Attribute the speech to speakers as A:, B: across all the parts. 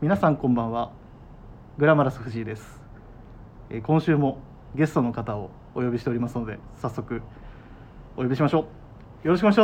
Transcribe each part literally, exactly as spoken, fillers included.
A: 皆さんこんばんは。グラマラス藤井です。えー今週もゲストの方をお呼びしておりますので、早速お呼びしましょう。よろしくお願いします。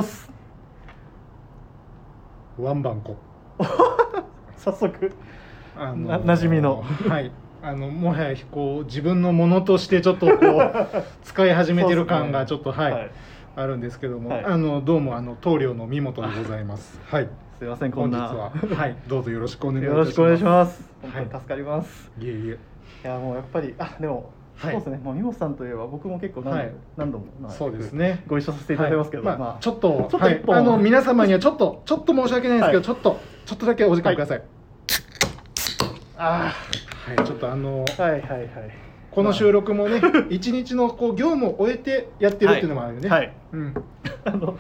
B: ワンバンコ
A: 早速、
B: あの
A: な馴染みの
B: はいあのもはやこう自分のものとしてちょっとこう使い始めてる感がちょっと、はい、はい、あるんですけども、はい、あのどうもあの棟梁の三本でございます。はい、
A: すいません、こんな
B: 本日ははいどうぞよろしくお願いいたします。
A: よろしくお願いします。本当に助かります。
B: はい、いえいえ。
A: いやもうやっぱりあでも、はい、そうですね。もう三本さんといえば僕も結構何度も、はい、何度も、まあ、
B: そうですね。
A: ご一緒させていただいてますけど、はい、まあ、
B: ちょっとちょっと一本、はい、あの皆様にはちょっとちょっと申し訳ないんですけど、はい、ちょっとちょっとだけお時間ください。はい、ああ、はい、ちょっとあの
A: はいはいはい。
B: この収録もね、一日のこう業務を終えてやってるっていうのもあるよね。
A: はい。はい、うん。あの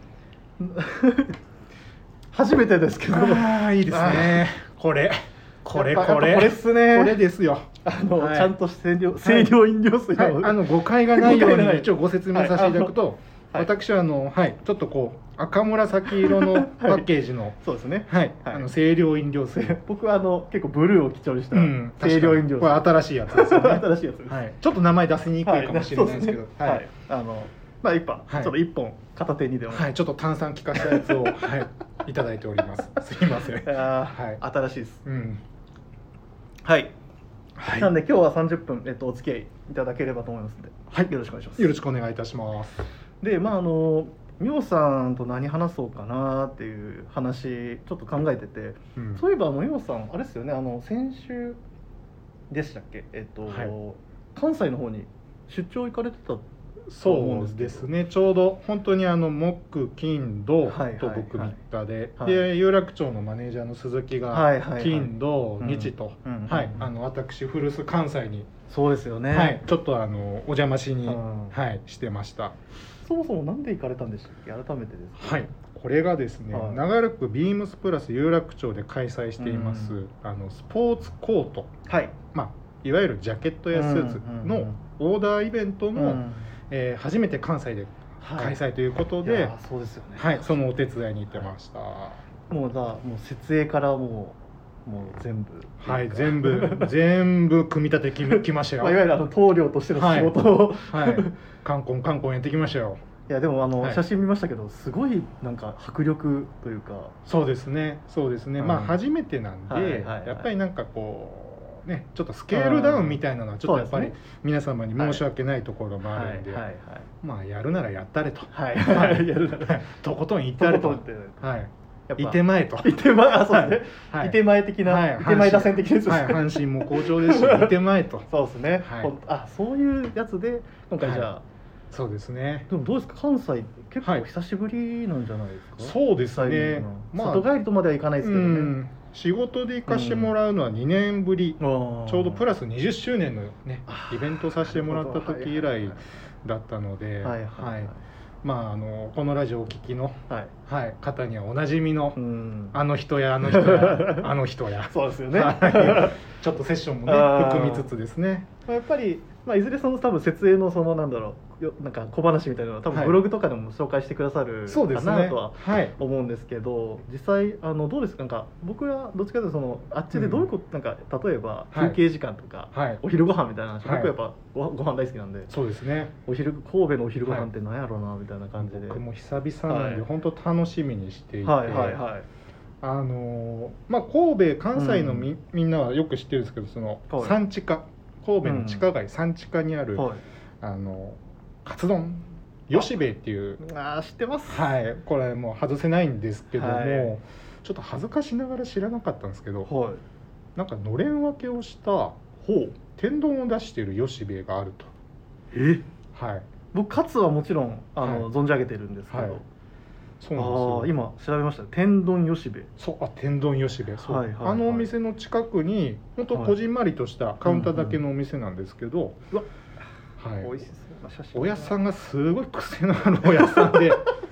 A: 初めてですけど。
B: ああいいですね。これこれこれ
A: これっすね。
B: これですよ。
A: あの、はい、ちゃんと清涼清涼飲料水を、
B: はいはい、あの誤解がないように一応ご説明させていただくと、はい、私はあのはいちょっとこう赤紫色のパッケージの、はい、
A: そうですね。
B: はい、はい、あの清涼飲料水。
A: 僕はあの結構ブルーを基調にした清涼飲料水。
B: これ新しいやつですよね。
A: 新しいやつです。
B: はい。ちょっと名前出しにくいかもしれないですけど、
A: はい。はい、あのまあ一本、はい、ちょっと一本片手にでも、
B: はい、ちょっと炭酸効かしたやつをはいいただいております。すいません。
A: あはい、新しいです。
B: うん。
A: はい。はい、なんで今日はさんじゅっぷん、えっと、お付き合いいただければと思いますので、はい、よろしくお願いします。
B: よろしくお願いいたします。
A: で、まああのみょうさんと何話そうかなっていう話ちょっと考えてて、うん、そういえばみょうさんあれですよね、あの先週でしたっけ、えっと、はい、関西の方に出張行かれてた。
B: そうですね、ちょうど本当にあの木金土と僕みったで、で有楽町のマネージャーの鈴木が金土日と、はいあの私古巣関西に
A: そうですよね、
B: はい、ちょっとあのお邪魔しに、はいしてました。
A: そもそもなんで行かれたんでしたっけ、改めてですか。
B: はい、これがですね、長らくビームスプラス有楽町で開催しています、うん、あのスポーツコート、はい、まあいわゆるジャケットやスーツのオーダーイベントの、うんうんえー、初めて関西で開催ということで、はい、
A: そうですよね。
B: はい、そのお手伝いに行ってました。
A: もうだ、もう設営からもうもう全部、
B: はい、全部全部組み立てききましたよ。
A: まあ、いわゆるあの棟梁としての仕事を、
B: はい、はい、カンコンカンコンやってきましたよ。
A: いやでもあの、はい、写真見ましたけどすごいなんか迫力というか。
B: そうですね、そうですね。うん、まあ初めてなんで、はいはいはい、やっぱりなんかこう。ね、ちょっとスケールダウンみたいなのはちょっとやっぱり皆様に申し訳ないところもあるんで、まあやるならやったれと、はいはい、やるならとことん行ったれと、はい、いてまえと、
A: いてまえ、あそうですね、はい、いてまえ的な、はい、いてまえ打線的です、
B: はい、阪神も好調ですし、いてまえと、
A: そうですね、はい、あそういうやつで今回じゃあ、はい、
B: そうですね。
A: でもどうですか、関西結構久しぶりなんじゃないですか。
B: はい、そうですね、
A: まあ、里帰りとまではいかないですけどね、うん
B: 仕事で行かしてもらうのはにねんぶり、うん、ちょうどプラスにじゅっしゅうねんのねイベントさせてもらった時以来だったので、はいはいはい、まああのこのラジオをお聞きの、はいはい、方にはおなじみの、うん、あの人やあの人やあの人や
A: そうですよね、
B: はい、ちょっとセッションもね含みつつですね、
A: やっぱり、まあ、いずれその多分設営のそのなんだろうよなんか小話みたいなのは多分ブログとかでも紹介してくださるかなとは思うんですけど、実際あのどうですか。なんか僕はどっちかというとそのあっちでどういうこと、うん、なんか例えば休憩時間とか、はい、お昼ご飯みたいな話、はい、僕やっぱごご飯大好きなんで、
B: そうですね、
A: お昼神戸のお昼ご飯って何やろうなみたいな感じで、
B: 僕も久々なんで本当楽しみにしていて、
A: はいはいはい、
B: あのまあ神戸関西のみ、うん、みんなはよく知ってるんですけど、その産地下神戸の地下街、うん、産地下にある、はい、あのカツ丼吉兵衛っていう、
A: ああ知ってます、
B: はい、これもう外せないんですけども、はい、ちょっと恥ずかしながら知らなかったんですけど、はい、なんかのれん分けをした天丼を出している吉兵衛があると。
A: え、
B: はい、
A: 僕カツはもちろんあの、はい、存じ上げてるんですけど、はい、
B: そうなんですよ。
A: あ今調べました。天丼吉兵衛。
B: そう、あ天丼吉兵衛、そう、はいはいはい、あのお店の近くに本当こじんまりとしたカウンターだけのお店なんですけど、
A: うわ、はい、美味しそうな写真。
B: おやさんがすごい癖のあるおやさんで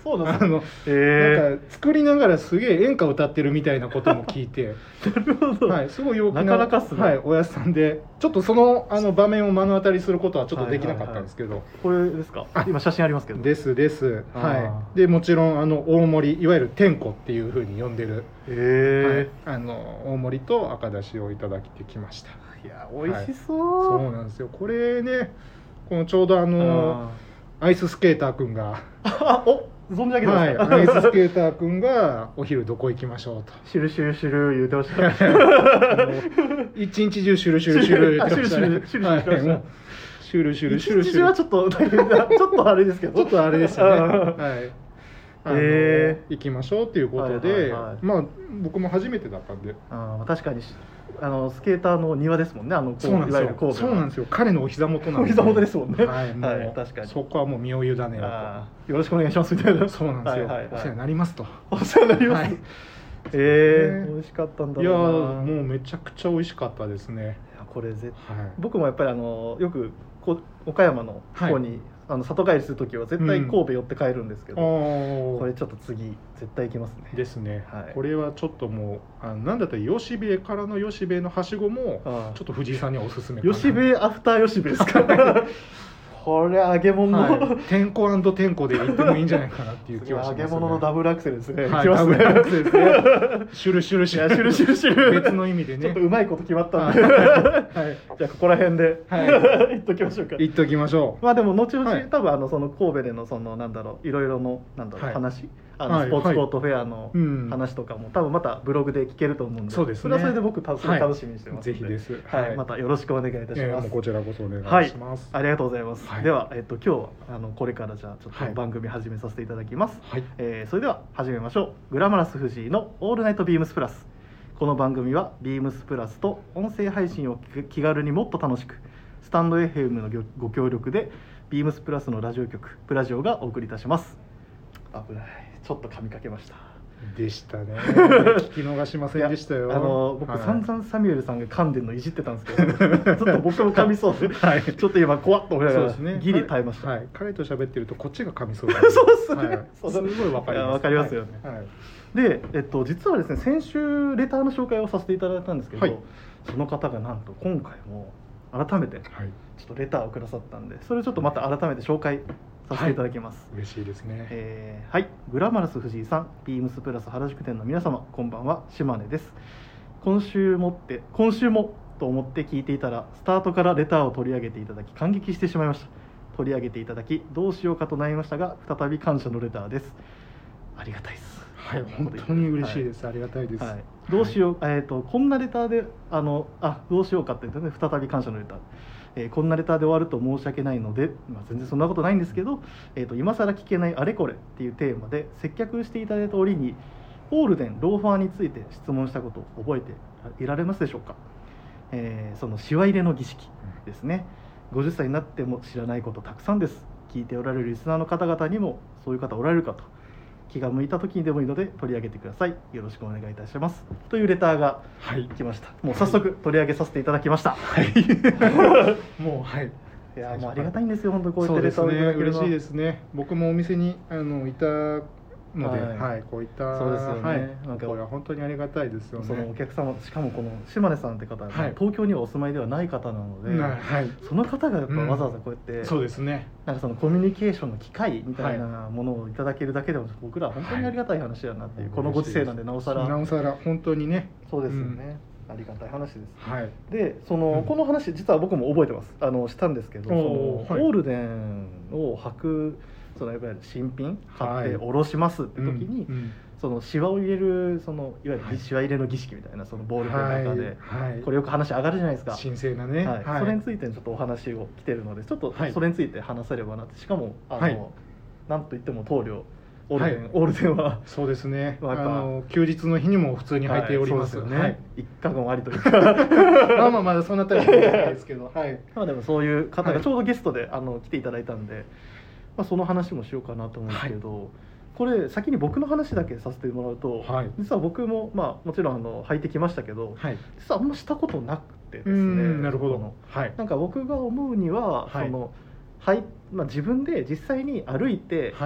A: そうなんです
B: ね。えー、なんか作りながらすげえ演歌歌ってるみたいなことも聞いて
A: なるほど、
B: はい、すごい陽気な
A: なかなかっすね、
B: はい、おやすさんで、ちょっとそのあの場面を目の当たりすることはちょっとできなかったんですけど、
A: はいはいはい、これですか？今写真ありますけど。
B: ですです、はい、でもちろんあの大盛り、いわゆる天子っていう風に呼んでる、
A: えー
B: はい、あの大盛りと赤だしをいただいてきました。
A: いや美味しそう、
B: はい、そうなんですよ。これね、このちょうどあのアイススケーターくんが
A: お存じ上げてました、
B: はい、アイススケーターくんがお昼どこ行きましょうと
A: シュルシュルシュル言うてました
B: 一日中シュルシュルシュル言ってましたね。シュルシュルシュルシュルシュルシュルシュルシュルは
A: ちょっと大変だ、ちょっとあれですけど、
B: ちょっとあれですよね。はいえー、行きましょうということで、はいはいはい、まあ僕も初めてだったんで、
A: あ確かにあのスケーターの庭ですもんね、あの
B: そうなんですよ。そうなんですよ。彼のお膝元なん
A: で、お膝元ですもんね。
B: はい、もう、はい、確かにそこはもう身を委ねようと、
A: よろしくお願いしますみたいな。
B: そうなんですよ。はいはいはい、お世話になりますと。
A: お世話になります。はい、えー、美味しかったんだろうな。
B: いやもうめちゃくちゃ美味しかったですね。いや
A: これ絶対、はい、僕もやっぱりあのよくこ岡山の方に、はい、あの里帰りするときは絶対神戸寄って帰るんですけど、うん、これちょっと次絶対行きますね。
B: ですね、はい、これはちょっともうあのなんだったら吉兵衛からの吉兵衛のはしごもちょっと藤井さんにはおすすめかな。
A: 吉兵衛アフター吉兵衛ですかこれ揚げ物の、
B: はい、天子&天子で行ってもいいんじゃないかなっていう気はしますね。
A: 揚げ物のダブルアクセルですね。
B: はい、ダブルアクセルですね。シュルシュルシュル
A: シュルシュルシュル
B: 別の意味でね。
A: ちょっとうまいこと決まったんで、はい、じゃあここら辺で、はい、言っときましょうか。
B: 言っときましょ
A: う。まあでも後々、はい、多分あのその神戸でのそのなんだろういろいろのなんだろう、はい、話。あのスポーツコートフェアの話とかも、はい、多分またブログで聞けると思うんで、
B: そうですね、
A: それはそれで僕すごい楽しみにしてますので、
B: はい、ぜひです、
A: はいはい、またよろしくお願いいたします。え
B: ー、もうこちらこそお願いします。
A: はい、ありがとうございます。はい、では、えっと、今日はあのこれからじゃあちょっと番組始めさせていただきます。はい、えー、それでは始めましょう。グラマラス藤井のオールナイトビームスプラス。この番組はビームスプラスと音声配信を気軽にもっと楽しくスタンド エフエム のご協力でビームスプラスのラジオ局プラジオがお送りいたします。危ない、ちょっと噛みかけました
B: でしたね。聞き逃しませんでしたよ。
A: あの僕、はい、散々サミュエルさんが噛んでるのいじってたんですけどずっと僕も噛みそうで、はい、ちょっと今怖っと思いながら、ね、ギリ耐えました。
B: はい、彼と喋ってるとこっちが噛みそうだ、
A: ね、そうですね、はい、
B: すごいわかります。
A: わかりますよね。はいはい、で、えっと、実はですね先週レターの紹介をさせていただいたんですけど、はい、その方がなんと今回も改めてちょっとレターをくださったんで、それをちょっとまた改めて紹介させていただきます。
B: はい、嬉しいですね。
A: えー、はい、グラマラス藤井さん、ビームスプラス原宿店の皆様、こんばんは、島根です。今週もって今週もと思って聞いていたら、スタートからレターを取り上げていただき感激してしまいました。取り上げていただきどうしようかと悩みましたが、再び感謝のレターです。ありがたいです。
B: はい、本当に嬉しいです。はい、ありがたいです。
A: はい、どうしよう、はい、えっとこんなレターであのあどうしようかって言ってね、再び感謝のレター。えー、こんなレターで終わると申し訳ないので、まあ、全然そんなことないんですけど、えー、と今更聞けないあれこれっていうテーマで接客していただいた折にオールデンローファーについて質問したことを覚えていられますでしょうか。えー、そのシワ入れの儀式ですね。ごじゅっさいになっても知らないことたくさんです。聞いておられるリスナーの方々にもそういう方おられるかと、気が向いた時にでもいいので取り上げてください。よろしくお願いいたしますというレターが来ました。はい、もう早速取り上げさせていただきました。はい、もうはいいやもうありがたいんですよ本当こういったレターをいただけるのは。
B: 嬉しいですね。僕もお店にあのいたので、はいはい、こういった
A: そうですよね、
B: はい、なんかこれは本当にありがたいですよね。
A: そのお客様、しかもこの島根さんって方は、はい、東京にはお住まいではない方なので、
B: はい、
A: その方がやっぱわざわざこうやって、うん、
B: そうですね、
A: なんかそのコミュニケーションの機会みたいなものをいただけるだけでも僕らは本当にありがたい話だなっていう、はい、このご時世なんでなおさら
B: なおさら本当にね、
A: そうですよね、うん、ありがたい話です。
B: はい、
A: でその、うん、この話実は僕も覚えてます。あのしたんですけど、その、はい、オールデンを履くそのいわゆる新品買って下ろしますって時に、はいうんうん、そのシワを入れるそのいわゆるシワ入れの儀式みたいなそのボールペンの中で、はいはい、これよく話上がるじゃないですか。
B: 神聖なね、
A: はいはい、それについてちょっとお話を来てるのでちょっとそれについて話せればなって。しかもあの、はい、なんといっても棟梁オールデン、はい、オールデンは
B: そうですね、あの休日の日にも普通に履いておりますよね。はい、
A: 一家言ありというか
B: まあまあまだそんなタイプじゃないですけど、はい、
A: まあでもそういう方がちょうどゲストで、はい、あの来ていただいたんで、まあ、その話もしようかなと思うんですけど、はい、これ先に僕の話だけさせてもらうと、はい、実は僕も、まあ、もちろんあの履いてきましたけど、はい、実はあんましたことなくてですね。
B: なるほど、
A: はい、なんか僕が思うには、はい、そのはいまあ、自分で実際に歩いて、はい、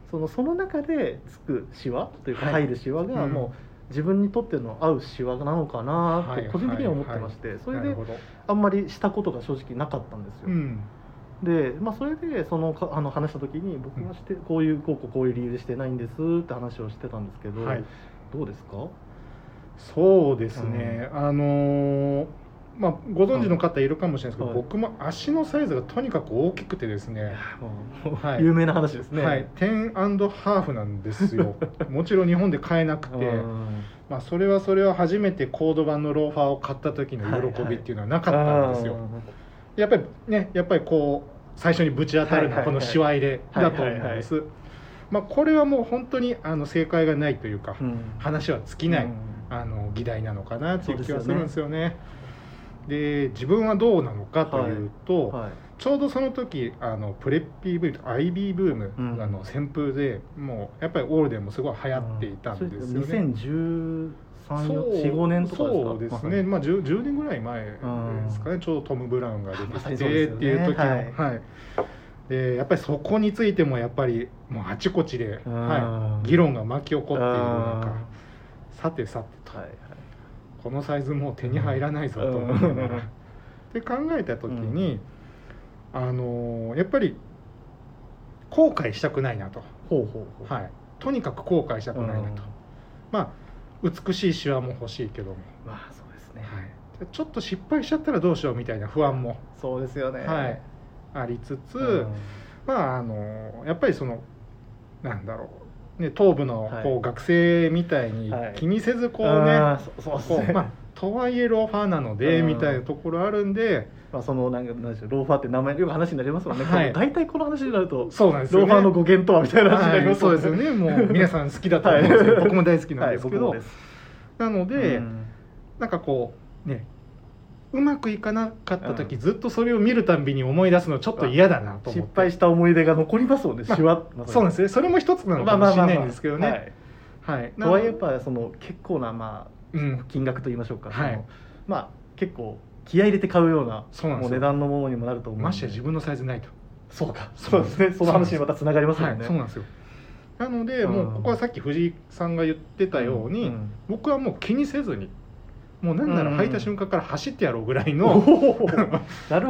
A: そのその中でつくシワというか入るシワがもう自分にとっての合うシワなのかなと個人的には思ってまして、それであんまりしたことが正直なかったんですよ。で、まあ、それでそのあの話した時に僕はしてこういうこうこうこういう理由でしてないんですって話をしてたんですけど、はい、どうですか？
B: そうですね、うん、あのー、まあご存知の方いるかもしれないですけど、はい、僕も足のサイズがとにかく大きくてですね、
A: はい、有名な話ですね。
B: はい、テンアンドハーフなんですよ。もちろん日本で買えなくて、まあそれはそれは初めてコード版のローファーを買った時の喜びっていうのはなかったんですよ。はいはい、やっぱりね、やっぱりこう最初にぶち当たるのはこのしわ入れだと思うんです。まあこれはもう本当にあの正解がないというか、うん、話は尽きない、うん、あの議題なのかなっていう気はするんですよね。で、自分はどうなのかというと、はいはい、ちょうどその時あのプレッピーブームと アイビー ブーム、うん、あの旋風でもうやっぱりオールデンもすごい流行っていたんですよね。
A: うん、にせんじゅうさん、よん、ごねんとかですか？
B: そうですね、まあ 10, じゅうねんぐらい前ですかね、ちょうどトム・ブラウンが出てきてっていう時の、はいはい、でやっぱりそこについてもやっぱりもうあちこちで、はい、議論が巻き起こっている中、さてさてと、はいはい、このサイズもう手に入らないぞと思いながらって考えた時に、うん、あのやっぱり後悔したくないなと、ほうほうほう、はい、とにかく後悔したくないなと、まあ美しいシワも欲しいけども、
A: まあそうですね、
B: はい、ちょっと失敗しちゃったらどうしようみたいな不安も
A: そうですよね、
B: はい、ありつつ、うん、まああのやっぱりそのなんだろう、ね、東部のこう、はい、学生みたいに気にせずこうね、はい、こうまあとはいえローファーなのでみたいなところあるんで、
A: まあ、そのなんかなんでしょう、ローファーって名前よく話になりますもんね、はい、大体この話になると
B: そうなんですよ、ね、
A: ローファーの語源とはみたいな話になりますもんね、
B: はい、そうですよね、もう皆さん好きだと思うんですけど、はい、僕も大好きなんですけど、はい、なので、うん、なんかこうねうまくいかなかった時、うん、ずっとそれを見るたんびに思い出すのちょっと嫌だなと思って、
A: 失敗した思い出が残りますもんね、シワ、
B: まあ、そうなんですね、それも一つなのかもしれないんですけどね、
A: はい、とはいえやっぱその結構なまあ、うん、金額と言いましょうか、はい、まあ結構気合い入れて買うようなもう値段のものにもなると思うので、
B: ましてや自分のサイズないと、
A: そうか、そうですね、その話にまたつながりますよね、
B: はい、そうなんですよ。なので、うん、もうここはさっき藤井さんが言ってたように、うん、僕はもう気にせずにもうなんなら履いた瞬間から走ってやろうぐらいの、うん、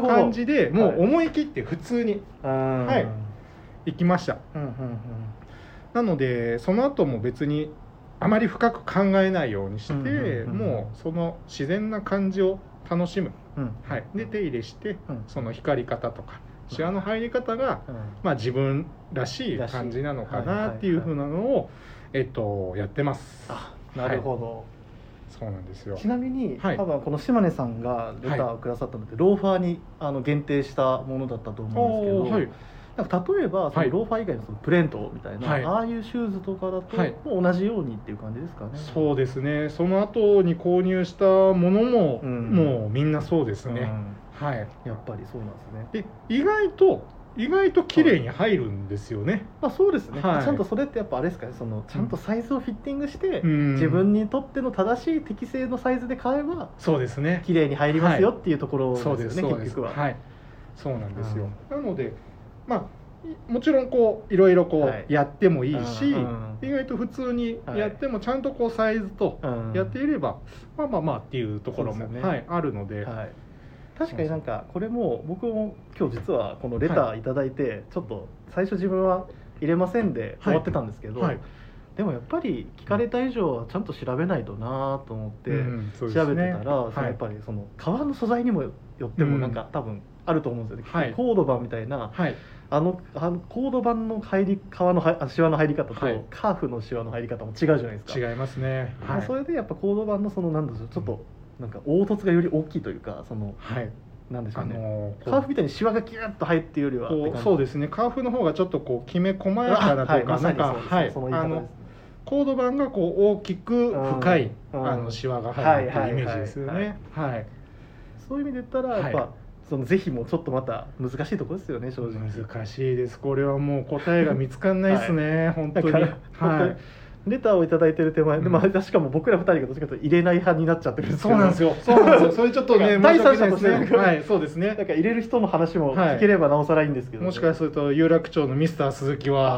B: 感じでもう思い切って普通に、はいはい、行きました、うんうんうん、なのでその後も別にあまり深く考えないようにして、うんうんうん、もうその自然な感じを楽しむ、うんはい、で手入れして、うん、その光り方とかシワの入り方が、うんまあ、自分らしい感じなのかなっていう風なのを、えっと、やってます。
A: あ、なるほど、はい、
B: そうなんですよ。
A: ちなみに、はい、多分この島根さんがレターをくださったのって、はい、ローファーにあの限定したものだったと思うんですけど、はい、なんか例えばそのローファー以外のそのプレントみたいな、はい、ああいうシューズとかだと、はい、もう同じようにっていう感じですかね。
B: そうですね、その後に購入したものも、うん、もうみんなそうですね、うん、はい、
A: やっぱりそうなんですね。
B: で意外と意外と綺麗に入るんですよね、はい、
A: まあ、そうですね、はい、ちゃんとそれってやっぱあれですかね、そのちゃんとサイズをフィッティングして、うん、自分にとっての正しい適正のサイズで買えば
B: そうですね、
A: 綺麗に入りますよっていうところですよね、はい、結局は。
B: はい、そうなんですよ、うん、なのでまあもちろんこういろいろこうやってもいいし、はい、意外と普通にやってもちゃんとこうサイズとやっていれば、まあまあまあっていうところも、ね、はい、あるので、はい、
A: 確かになんかこれも僕も今日実はこのレターいただいてちょっと最初自分は入れませんで終わってたんですけど、はいはい、でもやっぱり聞かれた以上はちゃんと調べないとなと思って調べてたら、うん、そのやっぱりその革の素材にもよってもなんか多分あると思うんですよね、はい、コードバンみたいな、はい、あのあのコードバンの入り革のはシワの入り方と、はい、カーフのシワの入り方も違うじゃないですか。
B: 違いますね、
A: はい、それでやっぱコードバンのそのなんでしょう、ちょっとなんか凹凸がより大きいというか、その、はい、なんでしょうね、あのー、カーフみたいにシワがギュッと入っているよりは
B: そうですね、カーフの方がちょっとこうきめ細やかなというか、なんかコードバンがこう大きく深い、うん、あのシワが入るというイメージですよね。
A: そういう意味で言ったらやっぱ、はい、その是非もちょっとまた難しいところですよね、正直。
B: 難しいです。これはもう答えが見つかんないですね、はい、本当に。はい。
A: レターをいただいてる手前、うん、でまあしかも僕らふたりがどっちかというと入れない派になっちゃってるんですけど。
B: そうなんですよ。そうなんですよ。それちょっとね、
A: 第三者として、
B: はい、そうですね。
A: なんか入れる人の話も聞ければなおさらいいんですけど、ね、
B: もしかすると有楽町のミスター鈴木は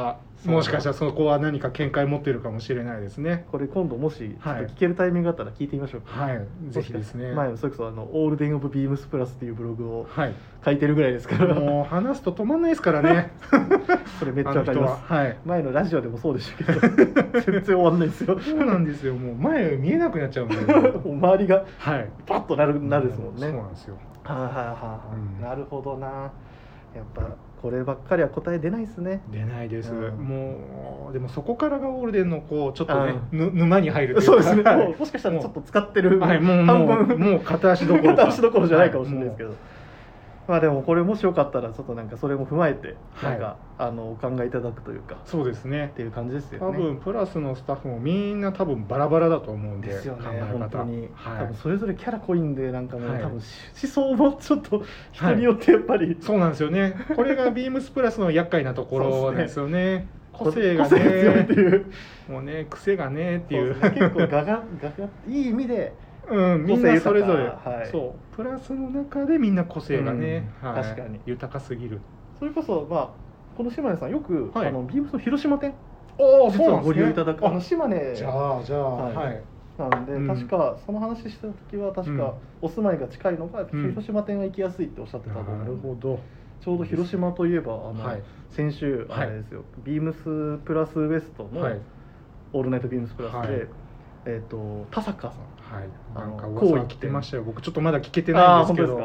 B: もしかしたらそこは何か見解持ってるかもしれないですね。
A: これ今度もしちょっと聞けるタイミングがあったら聞いてみましょうか。
B: はい、ぜひですね。
A: 前それこそあのオールデンオブビームスプラスっていうブログを書いてるぐらいですから、
B: もう話すと止まんないですからね。
A: それめっちゃわかります。
B: はい、
A: 前のラジオでもそうでしたけど全然終わんないですよ。
B: そうなんですよ。もう前見えなくなっちゃうんで
A: 周りがパッとなる、
B: はい、
A: なるですもんね。
B: そうなんですよ。
A: はいはいはい、なるほどな。やっぱこればっかりは答え出ないですね。
B: 出ないです、うん、もうでもそこからがオールデンのこうちょっとね沼に入るというか、
A: そうですね、もうもしかしたらちょっと使ってる、
B: はい、もうもうもう片足どころ
A: 片足どころじゃないかもしれないですけど、はい、まあでもこれもしよかったらちょっとなんかそれも踏まえてなんか、はい、あのお考えいただくというか、
B: そうですね
A: っていう感じですよね。
B: 多分プラスのスタッフもみんな多分バラバラだと思うんで、
A: ですよね、本当に、
B: はい、
A: 多分それぞれキャラ濃いんでなんかもう、はい、多分思想もちょっと人によってやっぱり、はい、
B: そうなんですよね。これがビームスプラスの厄介なところですよね。個性がね、
A: 個性強いっていう
B: もうね癖がねっていう、
A: ね、結構ガガガガいい意味で。
B: うん、みんなそれぞれ、
A: はい、
B: そうプラスの中でみんな個性がね、
A: うん、はい、確かに
B: 豊かすぎる。
A: それこそ、まあ、この島根さんよく、はい、あのビームスの広島店
B: を
A: 実はご利用いただく、
B: あ
A: の島根
B: じゃあじゃあ
A: はい、
B: はい、
A: なんで、うん、確かその話した時は確か、うん、お住まいが近いのが広島店が行きやすいっておっしゃってたので、
B: うん、なるほど。
A: ちょうど広島といえばあの、はい、先週あれですよ、はい、ビームスプラスウエストの、はい、オールナイトビームスプラスで、はい、えっ、ー、と田坂さん、
B: はい、なんか噂は聞いてましたよ。僕ちょっとまだ聞けてないんですけど、
A: はい、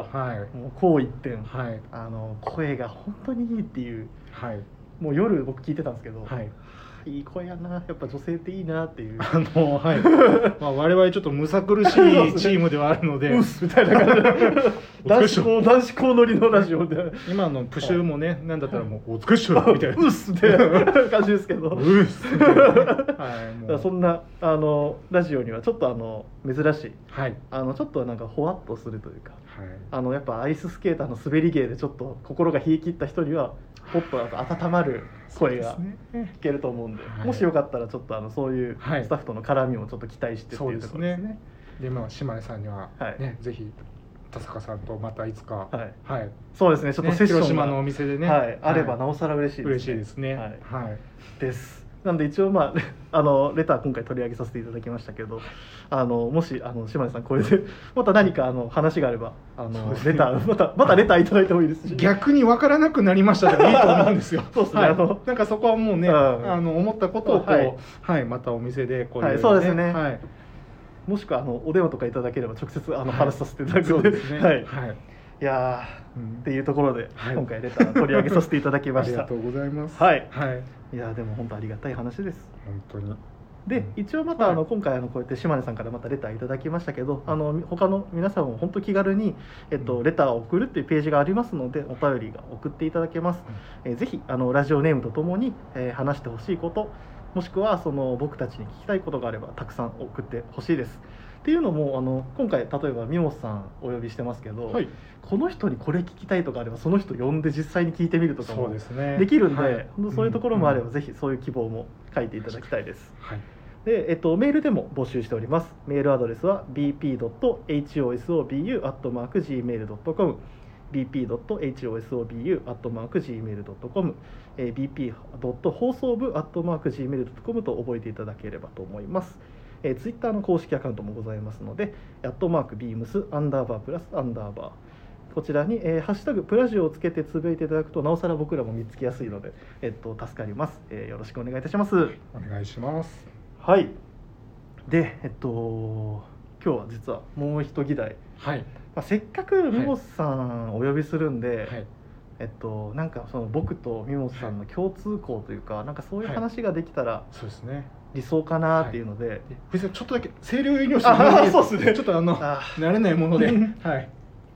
A: もうこう一点、はい、あの声が本当にいいっていう、はい、もう夜僕聞いてたんですけど、はい、いい声やな、やっぱ女性っていいなっていう、
B: あの、はい、まあ我々ちょっとむさ苦しいチームではあるので
A: うっすみたいな感じで男子校男子校乗りのラジオで
B: 今のプシューもね、はい、なんだったらもうおつくしょみたいな
A: うっすみたいな感じですけど
B: うっすみたいな、はい、
A: もうそんなあのラジオにはちょっとあの珍しい、はい、あのちょっとなんかほわっとするというか、はい、あのやっぱアイススケーターの滑り芸でちょっと心が冷え切った人にはポッと温まる声が聞けると思うんで、はい、もしよかったらちょっとあのそういうスタッフとの絡みもちょっと期待してっていうところですね。
B: でまあ島根さんにはね、はい、ぜひ田坂さんとまたいつか、
A: はいはい、そうですね、ちょっとセッションが、ね、広島
B: のお店でね、
A: はい、あればなおさら嬉しいですね。
B: 嬉しいですね。はい、はい、
A: です。なんで一応まああのレター今回取り上げさせていただきましたけど、あのもしあの島根さんこれでまた何かあの話があればあの、ね、レターまたまたレターいただいてもいいですし、
B: 逆に分からなくなりましたでもいいと思うんですよ。
A: そうですね、はい、あの
B: なんかそこはもうね、うん、あの思ったことをこう、はい、はい、またお店でこういう、ね、
A: はい、そうですね。
B: はい、
A: もしくはあのお電話とかいただければ直接あの、はい、話させていただくので、そうですね。はい。はい、いやー、うん、っていうところで、はい、今回レター取り上げさせていただきました。
B: ありがとうございます。
A: はい。はい。いやでも本当ありがたい話です。
B: 本当に。
A: で一応またあの今回あのこうやって島根さんからまたレターいただきましたけど、あの他の皆さんも本当気軽にえっとレターを送るっていうページがありますので、お便りが送っていただけます。えー、ぜひあのラジオネームとともに、えー、話してほしいこと、もしくはその僕たちに聞きたいことがあればたくさん送ってほしいです。っていうのもあの今回例えば三本さんお呼びしてますけど、はい、この人にこれ聞きたいとかあればその人呼んで実際に聞いてみるとかもできるんで、そうですね、はい、そういうところもあれば、うん、ぜひそういう希望も書いていただきたいです。はい、でえっと、メールでも募集しております。メールアドレスは ビーピードットホソブアットマークジーメールドットコム ビーピードットホソブアットマークジーメールドットコム ビーピードット放送部アットマークジーメールドットコム と覚えていただければと思います。えー、ツイッターの公式アカウントもございますので、アットマークビームスアンダーバープラスアンダーバー、こちらに、えー、ハッシュタグプラジオをつけてつぶやいていただくとなおさら僕らも見つけやすいので、えっと、助かります。えー、よろしくお願いいたします。お
B: 願いします。
A: はい。で、えっと今日は実はもう一議題、はい、まあ、せっかくミモスさんお呼びするんで、はい、えっとなんかその僕とミモスさんの共通項というか、はい、なんかそういう話ができたら、はい、そうですね、理想かなっていうので、はい、
B: 藤井さんちょっとだけ清涼飲料水飲んでいいですか？そうですね、ちょっとあの
A: あ
B: 慣れないものではい。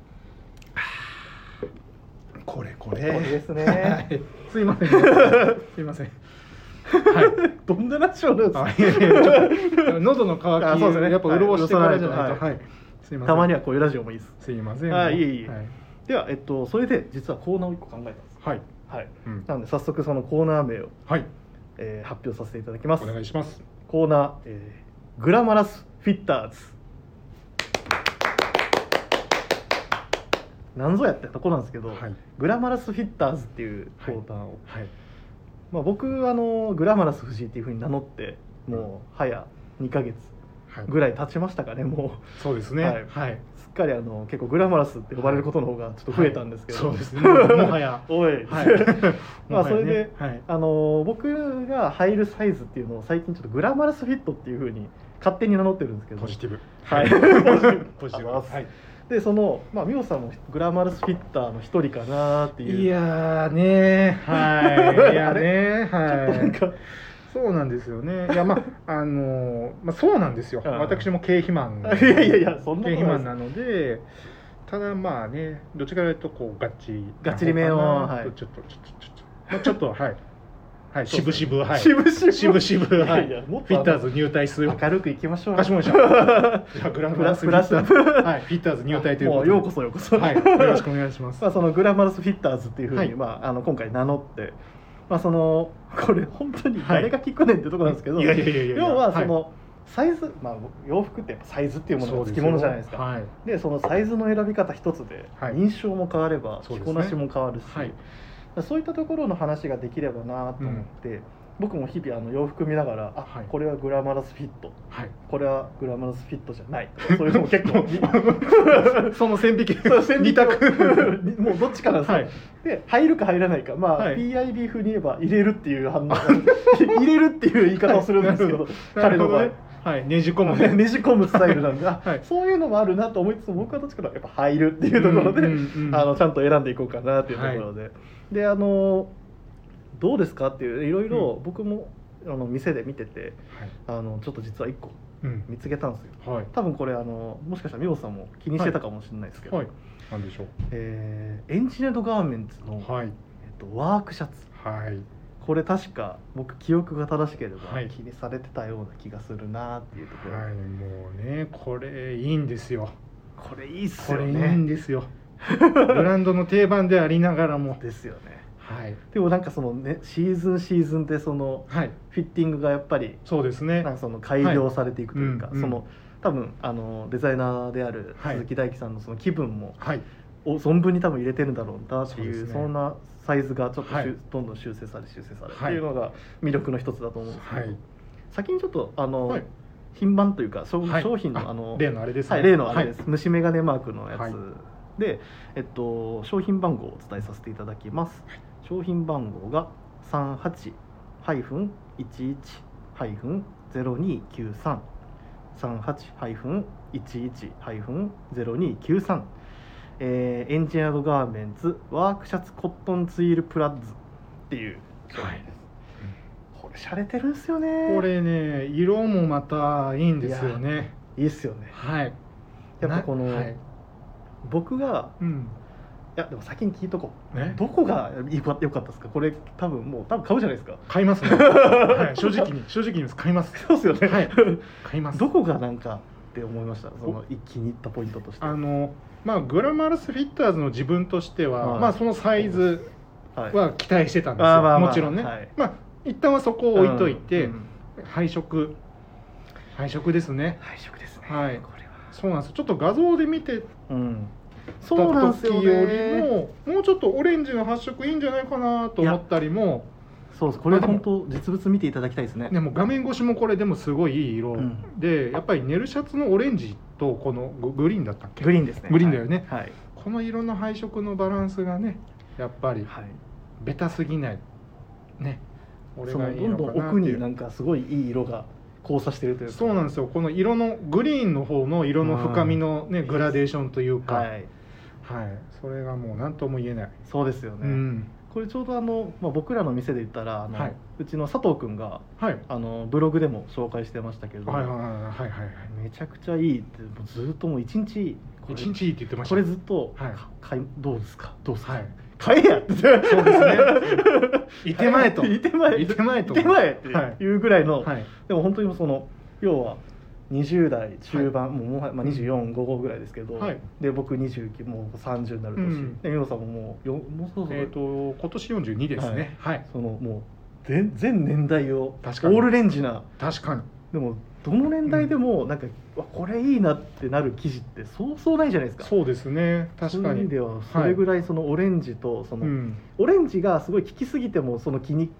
B: これこれ
A: これですね、
B: はい、すいませんすいません
A: はい、どんなラジオなんですか？
B: いやいや、ちょっと喉の渇き、ね、やっぱ潤してからじゃないと、はい、
A: すいません、たまにはこういうラジオもいいです。
B: すいません。
A: あ、いえいえ、はい、では、えっと、それで実はコーナーをいっこ考えたんです。
B: はい、
A: はい、うん、なので早速そのコーナー名を、はい、えー、発表させていただきます。
B: お願いします。
A: コーナー、えー、グラマラスフィッターズ。なんぞやってとこなんですけど、はい、グラマラスフィッターズっていうコーナーを、はい、 まあ、僕あのグラマラス藤井っていうふうに名乗ってもう早にかげつぐらい経ちましたかね、も
B: う。そうですね、はいはい、
A: すっかりあの結構グラマラスって呼ばれることの方がちょっと増えたんですけど、
B: はいはい、そうですね、もはや
A: おい、はいまあそれで、はい、あの僕が入るサイズっていうのを最近ちょっとグラマラスフィットっていうふうに勝手に名乗ってるんですけど、
B: ポジティブ、
A: はい、ポジティブポジティブ、はい、でそのまあミオさんもグラマラスフィッターの一人かなっていう。
B: いやーねー、はいいやねー、はい、ちょっとなんかそうなんですよね。いやまああのー、まあそうなんですよ。私も経費マン、
A: いやいやいやそんな
B: 経費マンなので、ただまあね、どっちかというとこうガッチ
A: ガッチリめを、
B: はい、ちょっとちょっとちょっとまあちょっとはい。はい、渋々、はい、
A: 渋々、
B: 渋々、はい、フィッターズ入隊する。
A: 明るくいきましょう。
B: かしましょう。じゃあグラマラスフィッターズ、はい、フィッターズ入隊ということで。
A: ようこそようこそ。
B: はい、よろしくお願いします。
A: まあそのグラマラスフィッターズっていうふうに、まああの今回名乗って、まあそのこれ本当に誰が聞くねんってところなんですけど、
B: いやいやいやいや、
A: 要はそのサイズ、まあ洋服ってやっぱサイズっていうものがつきものじゃないですか。はい、でそのサイズの選び方一つで印象も変われば着こなしも変わるし、はい、そういったところの話ができればなと思って。うん、僕も日々あの洋服見ながら、あ、はい、これはグラマラスフィット、はい、これはグラマラスフィットじゃないそういうのも結構
B: その線引き
A: 二択もうどっちかなんですよ、はい、で入るか入らないか、まあ、はい、ピーアイビー 風に言えば入れるっていう反応入れるっていう言い方をするんですけど、はい、彼の場合、
B: はい、ねじ込むね
A: ねじ込むスタイルなんで、はい、そういうのもあるなと思いつつ、僕はどっちかというとやっぱ入るっていうところで、うんうんうん、あのちゃんと選んでいこうかなっていうところで、はい、であのどうですかっていういろいろ僕もあの店で見てて、はい、あのちょっと実はいっこ見つけたんですよ、うん、はい、多分これあのもしかしたらミオさんも気にしてたかもしれないですけど、はいはい、
B: 何でしょう、
A: えー、エンジニアドガーメンツの、はい、えっと、ワークシャツ、はい、これ確か僕記憶が正しければ気にされてたような気がするなっていうところ、
B: はい、もうねこれいいんですよ、
A: これいいっすよね、
B: これいいんですよブランドの定番でありながらも
A: ですよね、
B: はい、
A: でもなんかそのねシーズンシーズンでそのフィッティングがやっぱり
B: そうですね、
A: なんかその改良されていくというか、はい、その多分あのデザイナーである鈴木大樹さんのその気分も、はい、を存分に多分入れてるんだろうなっていう、 そ, う、ね、そんなサイズがちょっと、はい、どんどん修正され修正されっていうのが魅力の一つだと思うんですけど、はい、先にちょっとあの、はい、品番というか商品の、はい、あの
B: 例のあれですね、
A: はい、例のあれです、はい、虫眼鏡マークのやつ、はい、で、えっと、商品番号をお伝えさせていただきます、はい、商品番号が さんはちいちいち ゼロにきゅうさん さんはちいちいち ゼロにきゅうさん、えー、エンジニアドガーメンツワークシャツコットンツイールプラッズっていう商品です、はい、これ洒落てるんですよね、
B: これね色もまたいいんですよね、
A: いいっすよね、
B: はい、
A: やっぱこの、はい、僕が、うん、いやでも先に聞いとこう、ね、どこが良かったですか、これ多分もう多分買うじゃないですか、
B: 買いますね、はい、正直に正直に言います買います、
A: そうですよね、
B: はい、買います、
A: どこがなんかって思いました、その気に入ったポイントとして。
B: あのまあグラマラスフィッターズの自分としては、はい、まあそのサイズは期待してたんですよ、はい、まあまあ、もちろんね、はい、まあ一旦はそこを置いといて、うんうん、配色配色ですね、
A: 配色ですね、
B: はい、これはそうなんですよ、ちょっと画像で見て、うん、
A: そうなんですよね、
B: よりももうちょっとオレンジの発色いいんじゃないかなと思ったりも、
A: そうです、これ本当実物見ていただきたいですね。
B: でも画面越しもこれでもすごいいい色、うん、でやっぱりネルシャツのオレンジとこのグリーンだったっけ、
A: グリーンですね、
B: グリーンだよね、
A: はいはい、
B: この色の配色のバランスがねやっぱりベタすぎないね、
A: 俺がいいのかなっていう、どんどん奥になんかすごいいい色が交差してるというか、
B: そうなんですよ、この色のグリーンの方の色の深みのね、うん、グラデーションというか、はい、はい、それがもう何とも言えない。
A: そうですよね、うん、これちょうどあの、まあ、僕らの店で言ったらあの、はい、うちの佐藤君が、はい、あのブログでも紹介してましたけど、はいはいはいはいはい、めちゃくちゃいいってずっともう一日
B: 一日いいって言ってました。
A: これずっと、はい、かどうですかどうですか、はい、買えやってそうですね
B: いてまえと
A: いてまえ
B: いてまえと
A: いてまえっていうぐらいの、はい、でも本当にその要はにじゅう代中盤、はい、もう、まあ、にじゅうよん、ごごぐらいですけど、はい、で僕にじゅうきゅう、もうさんじゅうになる年、うん、でミノさんももうよもうそうそう、
B: えーと今年よんじゅうにですね、はい、はい、
A: そのもう全全年代をオールレンジな、
B: 確かに
A: でもどの年代でもなんか、うん、これいいなってなる生地ってそうそうないじゃないですか。
B: そうですね、確かに。そういう意味
A: ではそれぐらいそのオレンジとその、はい、オレンジがすごい効きすぎてもその気に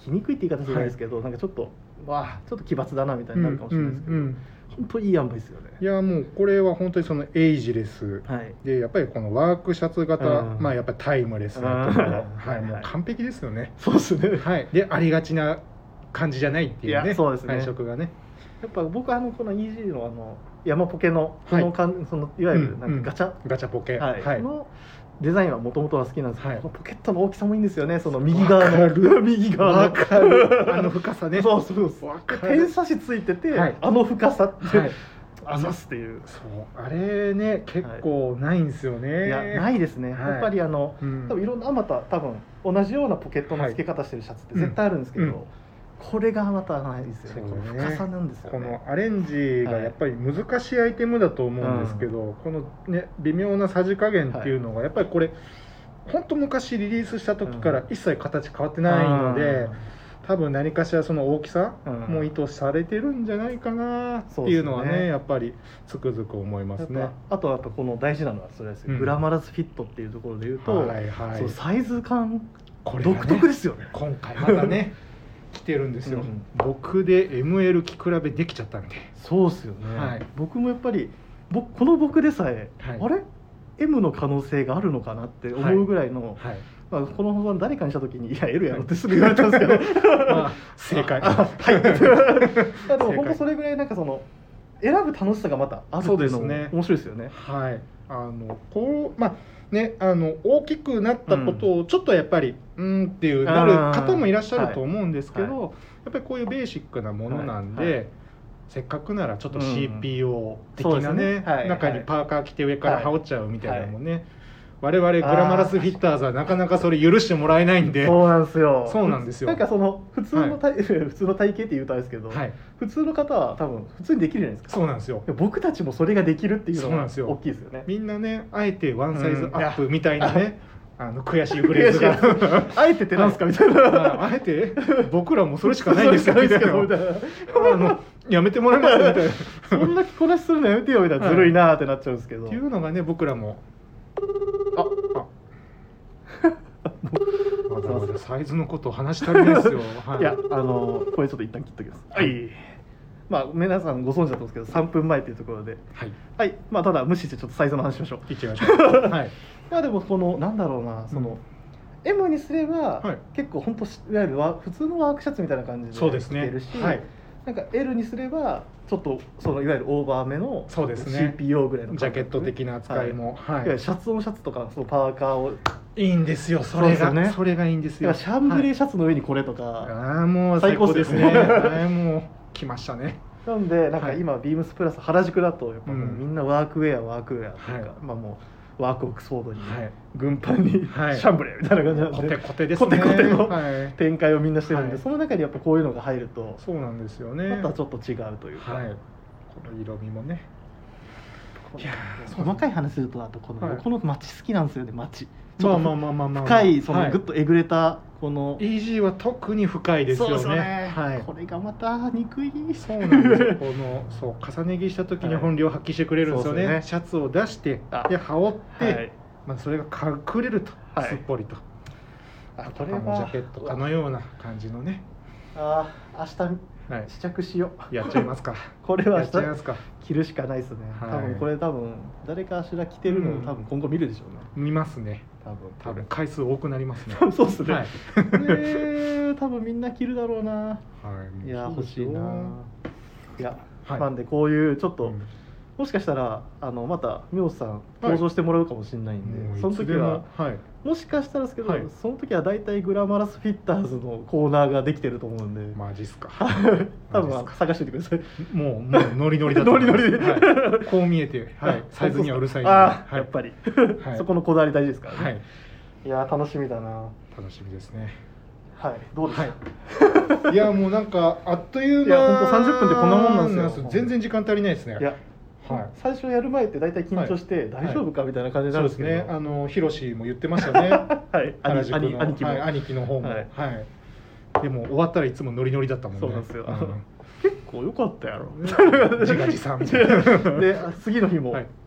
A: 着にくいって言い方じゃないですけど、はい、なんかちょっとわあちょっと奇抜だなみたいになるかもしれないですけど、うんうんうん、本当いい塩梅ですよね。
B: いやもうこれは本当にそのエイジレス、はい、でやっぱりこのワークシャツ型、うん、まあやっぱりタイムレスなところ、はい、もう完璧ですよね。
A: そうですね。
B: はい。でありがちな感じじゃないっていうね。
A: そうですね。
B: 配色がね。
A: やっぱ僕はあのこの イージー のあの山ポケのこのかん、はい、そのいわゆるなんかガチャ、
B: うんうん、ガチャポケ、
A: はい
B: はい、
A: のデザインはもともとは好きなんですけど、はい、このポケットの大きさもいいんですよね。その右
B: 側
A: の右側の
B: わかるあの深さね。
A: そうそうそう。ペン差しついてて、はい、あの深さって、はい、あざすっていう。
B: そうあれね結構ないんですよね。はい、
A: いやないですね。はい、やっぱりあの、うん、多分いろんなあまた多分同じようなポケットの付け方してるシャツって絶対あるんですけど。はいうんうんこれがまたないですよね。この深さなんですよね。
B: このアレンジがやっぱり難しいアイテムだと思うんですけど、はい、このね微妙なさじ加減っていうのがやっぱりこれ本当昔リリースした時から一切形変わってないので、うん、多分何かしらその大きさも意図されてるんじゃないかなっていうのはね、うん、やっぱりつくづく思いますね。
A: あとはやっぱこの大事なのはそれですよ、うん、グラマラスフィットっていうところでいうと、はいはい、そのサイズ感これ、ね、独特ですよね。
B: 今回またね来てるんですよ、うん、僕で エムエル 着比べできちゃったんで。
A: そうですよね、はい、僕もやっぱり僕この僕でさえ、はい、あれ エム の可能性があるのかなって思うぐらいの、はいはいまあ、この放送誰かにした時に「いや エル やろ」ってすぐ言われたんですけど、まあ、
B: 正解
A: はいでも本当それぐらいなんかその選ぶ楽しさがまたあるっていうのも面白いですよね。
B: はいあのこうまあね、あの大きくなったことをちょっとやっぱりうん、うんっていうなる方もいらっしゃると思うんですけど、はいはい、やっぱりこういうベーシックなものなんで、はいはい、せっかくならちょっと シーピーオー 的なね、うんねはい、中にパーカー着て上から羽織っちゃうみたいなのもね、はいはい我々グラマラスフィッターズはなかなかそれ許してもらえないんで。
A: そうなんですよ。
B: そうなんですよ。
A: なんかその普通の体、はい、普通の体型って言うとあれですけど、はい、普通の方は多分普通にできるじゃないですか。
B: そうなんですよ。
A: 僕たちもそれができるっていうのが大きいですよね。
B: みんなね、あえてワンサイズアップみたいなね、うん、あの悔しいフレーズが
A: あえてってなんすかみたいな。
B: あえて僕らもそれしかないんですよみたいな。あのやめてもらえますみたいな。
A: そんな着こなしするのやめてよみたいなずるいなってなっちゃうんですけど。
B: っていうのがね僕らも。ああまだまだサイズのことを話し足りないですよ。
A: はい、いやあのこれちょっと一旦切っときます。はい。まあ皆さんご存知だと思うんですけどさんぷんまえっていうところで、はい。はい。まあただ無視してちょっとサイズの話しましょう。
B: いっちゃいましょう。はい。
A: まあでもこのなんだろうなその、うん、エム にすれば、はい、結構本当いわゆる普通のワークシャツみたいな感じで着てるし、ねはい、なんか エル にすればちょっとそのいわゆるオーバーめの
B: そうですね
A: シーピーオー ぐらいの、ね、
B: ジャケット的な扱いも、
A: はいはい、シャツオンシャツとかそのパーカーを
B: いいんですよそれが そ, ね、それがいいんですよ。
A: シャンブレーシャツの上にこれとか、
B: はい、ああもう最高ですね。はいもう来ましたね。
A: なんでなんか今、はい、ビームスプラス原宿だとやっぱもうみんなワークウェアワークウェアっていうか、はい、まあもうワークオックスフォードに、はい、軍パンに、はい、シャンブレーみたいな感じなんで
B: コテコテですね。
A: コテコテの展開をみんなしてるんで、はい、その中にやっぱこういうのが入ると
B: そうなんですよね。
A: またちょっと違うというか、はい、
B: この色味もね。
A: いや細かい話するとあとこの横の街好きなんですよね。街
B: ちょっと
A: 深いそのグッとえぐれたこの
B: イージー は特に深いですよね。
A: そうですね、はい、これがまた憎い。
B: そうなんですよ。このそう重ね着した時に本領発揮してくれるんですよね。はい、シャツを出してで羽織って、はい、まあそれが隠れると、はい、すっぽりと。あこれはジャケットかのような感じのね。
A: ああ明日はい、試着しよ
B: う。やっちゃいますか。
A: これは着るしかないですね。はい、多分これ多分誰かしら着てるのを多分今後見るでしょうね。
B: うん、見ますね。多分多分回数多くなりますね。
A: そうですね。はい、え多分みんな着るだろうな。はい。いや欲しいな。いや、はい、なんでこういうちょっと、うん、もしかしたらあのまたミョウさん登場してもらうかもしれないんで、はい、その時は、はい、もしかしたらですけど、はい、その時は大体グラマラスフィッターズのコーナーができてると思うんで。
B: マジっすか。
A: 多分探しておいてください。
B: もうもうノリノリだと思います。ノリノリで、はい、こう見えて、はい、サイズにはうるさいんで。
A: ああ、やっぱり、はい、そこのこだわり大事ですからね。はい、いや楽しみだな。
B: 楽しみですね。
A: はい、どうですか。
B: はい、いやもうなんかあっという間。いや
A: 本当さんじゅっぷんでこんなもんなんですよ。
B: 全然時間足りないですね。いや。
A: はい、最初やる前って大体緊張して大丈夫かみたいな感じになるんですけど、
B: はいはい、そうですね。あのヒロシも言ってましたね。はい、原宿の兄貴も、はい、兄貴の方も、はい、はい。でも終わったらいつもノリノリだったもんね。
A: そうなんですよ。うん、結構良かったやろ。
B: 自画自賛みたいな。
A: で次の日も、はい、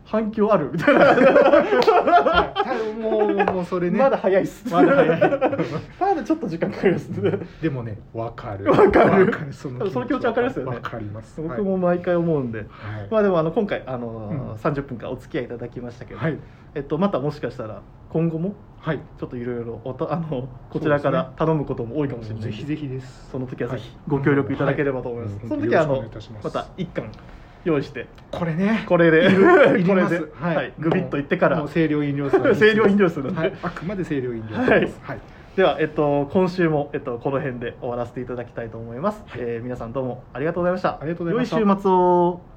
A: 反響あるみたいな、
B: はい、もうもうそれね
A: まだ早いっす
B: まだ早い
A: まだちょっと時間かかりますね。
B: でもね分かる
A: 分かる
B: そ
A: の気持ち分かりますよね。
B: 分かります。
A: 僕も毎回思うんで、はい、まあでもあの今回あの、
B: うん、
A: さんじゅっぷんかんお付き合いいただきましたけど、
B: はい、
A: えっと、またもしかしたら今後もちょっといろいろあのこちらから頼むことも多いかもしれない、
B: ぜひぜひです。
A: その時はぜひご協力いただければと思います、はい、その時はあのまたいっかん用意して、
B: これね
A: これでこれで、
B: はい、
A: はい、グビッといってから
B: もう清涼飲料水
A: 清涼飲料水なんで、
B: はい、あくまで清涼飲料水です、はいはい、
A: では、えっと、今週も、えっと、この辺で終わらせていただきたいと思います、はい、えー、皆さんどうもありがとうございました。
B: ありがとうございました。
A: 良い週末を。